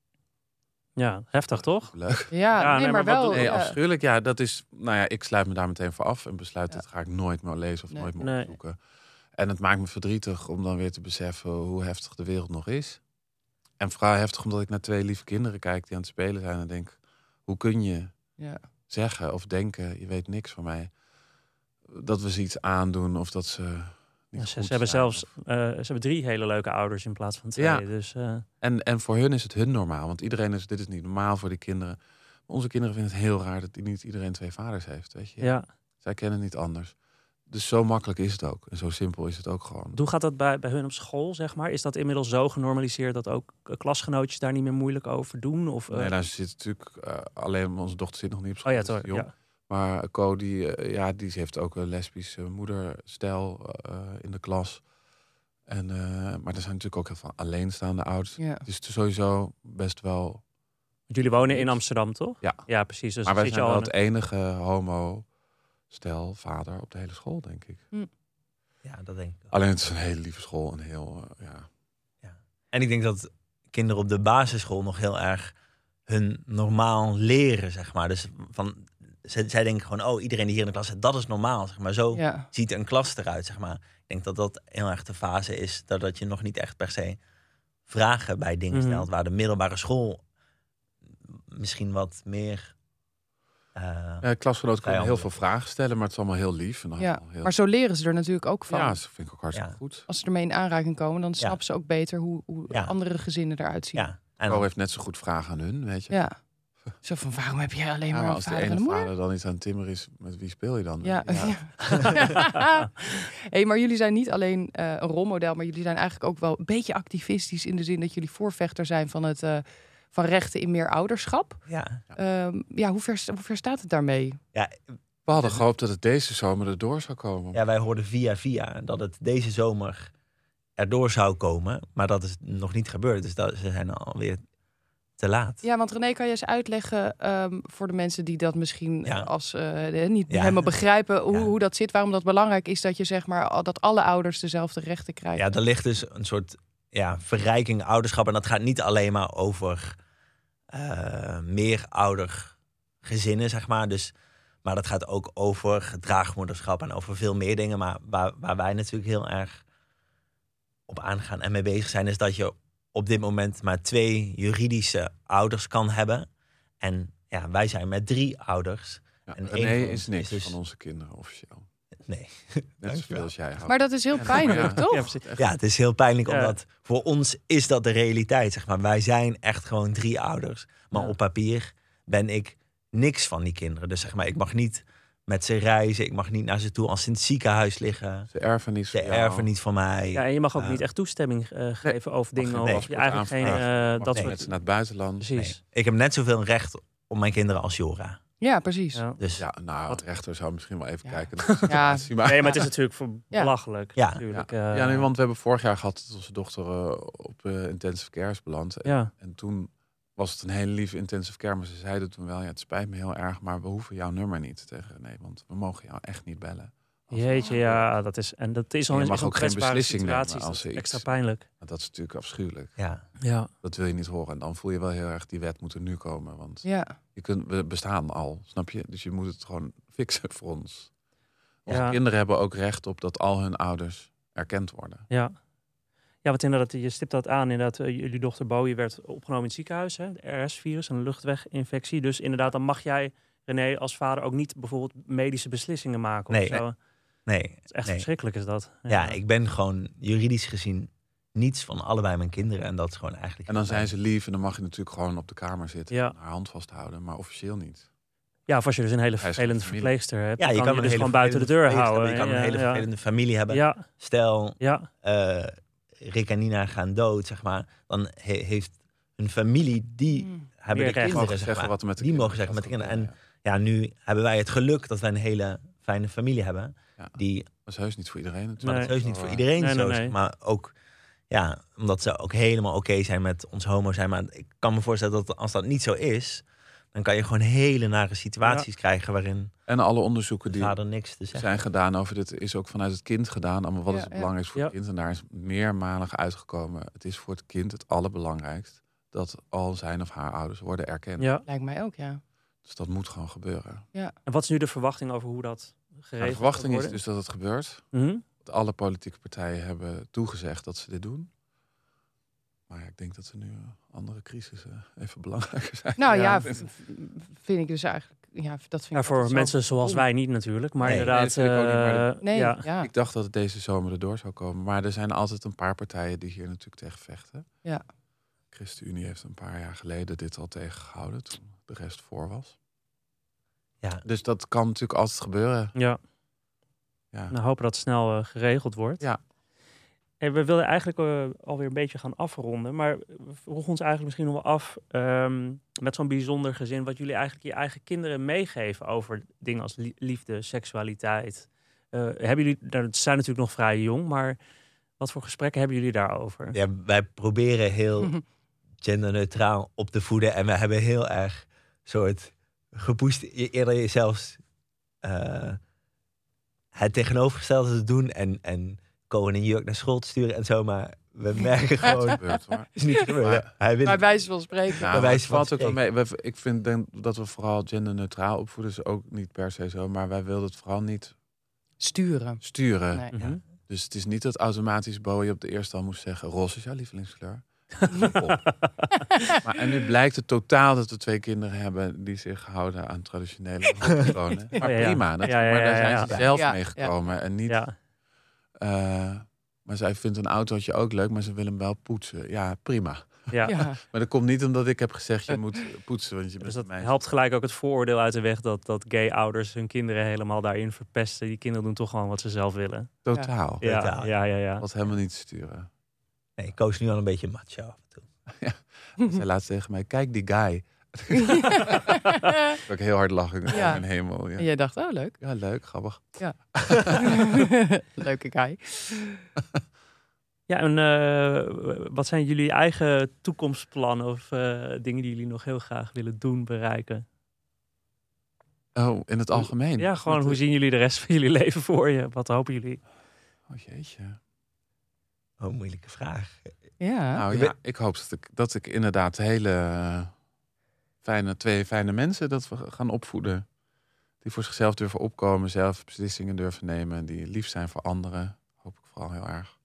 Ja, heftig toch? Leuk. Ja, maar wel. Nee, afschuwelijk. Ja, dat is... ik sluit me daar meteen voor af en besluit dat ga ik nooit meer lezen of nooit meer opzoeken. En het maakt me verdrietig om dan weer te beseffen hoe heftig de wereld nog is. En vooral heftig omdat ik naar 2 lieve kinderen kijk die aan het spelen zijn en denk, hoe kun je zeggen of denken, je weet niks van mij, dat we ze iets aandoen of dat ze... Ze hebben zelfs ze hebben 3 hele leuke ouders in plaats van 2. Ja. Dus, en voor hun is het hun normaal. Want dit is niet normaal voor die kinderen. Onze kinderen vinden het heel raar dat niet iedereen 2 vaders heeft. Weet je? Ja. Zij kennen het niet anders. Dus zo makkelijk is het ook. En zo simpel is het ook gewoon. Hoe gaat dat bij hun op school, zeg maar? Is dat inmiddels zo genormaliseerd dat ook klasgenootjes daar niet meer moeilijk over doen? Of, Nee, daar zit natuurlijk alleen onze dochter zit nog niet op school. Oh ja, toch? Ja. Maar Co, die heeft ook een lesbische moederstijl in de klas. En, maar er zijn natuurlijk ook heel veel alleenstaande ouders. Ja. Het is sowieso best wel... Jullie wonen in Amsterdam, toch? Ja. Ja, precies. Dus maar wij zit je zijn al wel het enige homo-stel vader op de hele school, denk ik. Ja, dat denk ik. Alleen het is een hele lieve school. En heel, En ik denk dat kinderen op de basisschool nog heel erg hun normaal leren, zeg maar. Dus zij denken gewoon, iedereen die hier in de klas zit, dat is normaal, zeg maar. Zo ziet een klas eruit, zeg maar. Ik denk dat dat heel erg de fase is, dat je nog niet echt per se vragen bij dingen stelt, waar de middelbare school misschien wat meer... klasgenoten kunnen heel veel vragen stellen, maar het is allemaal heel lief. En maar zo leren ze er natuurlijk ook van. Ja, dat vind ik ook hartstikke goed. Als ze ermee in aanraking komen, dan snappen ze ook beter hoe andere gezinnen eruit zien. Ja. En Co heeft net zo goed vragen aan hun, weet je. Ja. Zo van, waarom heb jij alleen maar een als de vader en ene een moeder? vader dan iets aan het timmer is, met wie speel je dan? Ja. Hey, maar jullie zijn niet alleen een rolmodel, maar jullie zijn eigenlijk ook wel een beetje activistisch in de zin dat jullie voorvechter zijn van rechten in meer ouderschap. Ja. Hoe ver staat het daarmee? Ja, we hadden gehoopt dat het deze zomer erdoor zou komen. Ja, wij hoorden via dat het deze zomer erdoor zou komen, maar dat is nog niet gebeurd. Dus ze zijn alweer te laat. Ja, want René, kan je eens uitleggen voor de mensen die dat misschien niet helemaal begrijpen hoe dat zit, waarom dat belangrijk is dat je zeg maar dat alle ouders dezelfde rechten krijgen? Ja, er ligt dus een soort verrijking ouderschap en dat gaat niet alleen maar over meer oudergezinnen, zeg maar. Maar dat gaat ook over draagmoederschap en over veel meer dingen. Maar waar wij natuurlijk heel erg op aangaan en mee bezig zijn, is dat je op dit moment maar 2 juridische ouders kan hebben. En ja, wij zijn met 3 ouders. Ja, en René is niks van onze kinderen officieel. Nee. Net zoveel als jij houdt. Maar dat is heel pijnlijk, toch? Ja, het is heel pijnlijk, omdat voor ons is dat de realiteit, zeg maar. Wij zijn echt gewoon 3 ouders. Maar op papier ben ik niks van die kinderen. Dus zeg maar, ik mag niet met ze reizen. Ik mag niet naar ze toe als ze in het ziekenhuis liggen. Ze erven niet van mij. Ja, en je mag ook niet echt toestemming geven over dingen. Of je eigenlijk geen... dat soort... Met ze naar het buitenland. Precies. Nee. Ik heb net zoveel recht op mijn kinderen als Jora. Ja, precies. Ja. Dus de rechter zou misschien wel even kijken. Nee, maar het is natuurlijk belachelijk. Ja. Natuurlijk, nee, want we hebben vorig jaar gehad dat onze dochter op intensive care is beland. En toen was het een hele lieve intensive care. Maar ze zeiden toen wel, het spijt me heel erg, maar we hoeven jouw nummer niet tegen René. Want we mogen jou echt niet bellen. Jeetje, dat is al je mag ook geen beslissing nemen als ze extra pijnlijk. Dat is natuurlijk afschuwelijk. Ja. Dat wil je niet horen. En dan voel je wel heel erg, die wet moet er nu komen. Want we bestaan al, snap je? Dus je moet het gewoon fixen voor ons. Onze kinderen hebben ook recht op dat al hun ouders erkend worden. Ja, want inderdaad, je stipt dat aan. Inderdaad, jullie dochter Bowie werd opgenomen in het ziekenhuis. Hè? De RS-virus, een luchtweginfectie. Dus inderdaad, dan mag jij, René, als vader ook niet bijvoorbeeld medische beslissingen maken. Nee. Of zo. Nee. Het is echt verschrikkelijk is dat. Ja, ik ben gewoon juridisch gezien niets van allebei mijn kinderen. En dat is gewoon eigenlijk... En dan zijn ze lief en dan mag je natuurlijk gewoon op de kamer zitten en haar hand vasthouden. Maar officieel niet. Ja, of als je dus een hele vervelende verpleegster hebt, je kan je dus gewoon buiten de deur houden. Je kan een hele vervelende familie hebben. Stel, Rick en Nina gaan dood, zeg maar. Dan heeft hun familie, die hebben de kinderen, zeg maar. Die mogen zeggen met de kinderen. En nu hebben wij het geluk dat wij een hele fijne familie hebben. Ja, dat is heus niet voor iedereen natuurlijk. Maar dat is heus niet voor iedereen zo. Nee. Maar ook, omdat ze ook helemaal oké zijn met ons homo zijn. Maar ik kan me voorstellen dat als dat niet zo is, dan kan je gewoon hele nare situaties krijgen waarin... En alle onderzoeken die niks te zijn gedaan over dit is ook vanuit het kind gedaan. Allemaal wat is het belangrijkst voor het kind? En daar is meermalig uitgekomen. Het is voor het kind het allerbelangrijkst dat al zijn of haar ouders worden erkend. Ja. Lijkt mij ook, ja. Dus dat moet gewoon gebeuren. Ja. En wat is nu de verwachting over hoe dat geregeld de verwachting wordt? Is dus dat het gebeurt. Mm-hmm. Alle politieke partijen hebben toegezegd dat ze dit doen. Maar ik denk dat er nu andere crisissen even belangrijker zijn. Nou vind ik dus eigenlijk... Ja, dat vind ik voor mensen zoals wij niet natuurlijk. Maar inderdaad... Ik dacht dat het deze zomer erdoor zou komen. Maar er zijn altijd een paar partijen die hier natuurlijk tegen vechten. Ja. ChristenUnie heeft een paar jaar geleden dit al tegengehouden. Toen de rest voor was. Ja. Dus dat kan natuurlijk altijd gebeuren. Ja. Nou, hopen dat het snel geregeld wordt. Ja. En we willen eigenlijk alweer een beetje gaan afronden. Maar we vroegen ons eigenlijk misschien nog wel af... met zo'n bijzonder gezin... wat jullie eigenlijk je eigen kinderen meegeven... over dingen als liefde, seksualiteit. Hebben jullie... Ze zijn natuurlijk nog vrij jong, maar... Wat voor gesprekken hebben jullie daarover? Ja, wij proberen heel genderneutraal op te voeden. En we hebben heel erg soort gepusht eerder jezelf het tegenovergestelde te doen. En Cohen en jurk naar school te sturen en zo. Maar we merken gewoon... Gebeurt, hoor. is niet gebeurd. Hij wil Bij wijze van spreken. Nou, Bij wijze het van valt ook wel spreken. mee. Ik denk dat we vooral genderneutraal opvoeden. Is ook niet per se zo. Maar wij wilden het vooral niet Sturen. sturen. Nee. Mhm. Dus het is niet dat automatisch Bowie op de eerste al moest zeggen... roze is jouw lievelingskleur. En nu blijkt het totaal dat we 2 kinderen hebben... die zich houden aan traditionele patronen. Maar ja. prima. Maar daar zijn ze zelf mee gekomen. En niet... Ja. Maar zij vindt een autootje ook leuk, maar ze wil hem wel poetsen. Ja, prima. Ja. Ja. Maar dat komt niet omdat ik heb gezegd, je moet poetsen. Want je Dus bent dat een meisje. helpt gelijk ook het vooroordeel uit de weg dat gay ouders hun kinderen helemaal daarin verpesten. Die kinderen doen toch gewoon wat ze zelf willen. Totaal. Ja, Totaal. ja. Wat helemaal niet sturen. Nee, ik koos nu al een beetje macho af en toe. Zij laat tegen mij, kijk die guy. Dat ik heel hard lachen in Ja. mijn hemel. En Ja. jij dacht, oh leuk. Ja, leuk, grappig. Leuke guy. Ja, en wat zijn jullie eigen toekomstplannen of dingen die jullie nog heel graag willen doen, bereiken? Oh, in het algemeen? Ja, gewoon hoe zien jullie de rest van jullie leven voor je? Wat hopen jullie? Oh jeetje. Oh, moeilijke vraag. Ja. Nou ja, ik hoop dat ik inderdaad hele twee fijne mensen dat we gaan opvoeden. Die voor zichzelf durven opkomen, zelf beslissingen durven nemen. Die lief zijn voor anderen. Hoop ik vooral heel erg.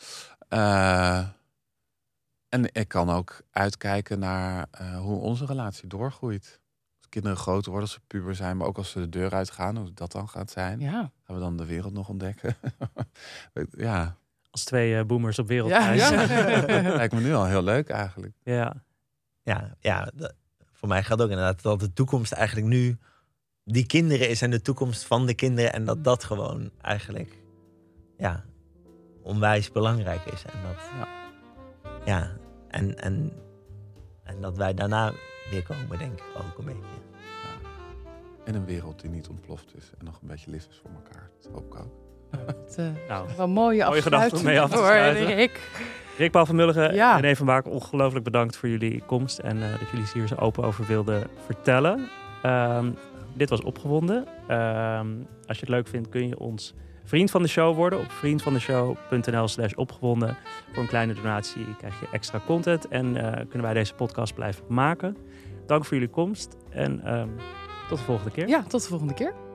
En ik kan ook uitkijken naar hoe onze relatie doorgroeit. Als kinderen groter worden, als ze puber zijn, maar ook als ze de deur uitgaan, hoe dat dan gaat zijn. Ja. Gaan we dan de wereld nog ontdekken? Ja, Als 2 boomers op wereldreis. lijkt me nu al heel leuk eigenlijk. Ja. Voor mij gaat ook inderdaad dat de toekomst eigenlijk nu die kinderen is en de toekomst van de kinderen. En dat gewoon eigenlijk onwijs belangrijk is. En dat, en dat wij daarna weer komen, denk ik ook een beetje. En een wereld die niet ontploft is en nog een beetje lief is voor elkaar. Dat hoop ik ook. Nou, Wel mooie gedachte om mee af te voor sluiten. Rick. Rick, Paul van Mulligen Ja. en Eve van Baak, ongelooflijk bedankt voor jullie komst. En dat jullie hier zo open over wilden vertellen. Dit was Opgewonden. Als je het leuk vindt, kun je ons vriend van de show worden op vriendvandeshow.nl/opgewonden. Voor een kleine donatie krijg je extra content en kunnen wij deze podcast blijven maken. Dank voor jullie komst en tot de volgende keer. Ja, tot de volgende keer.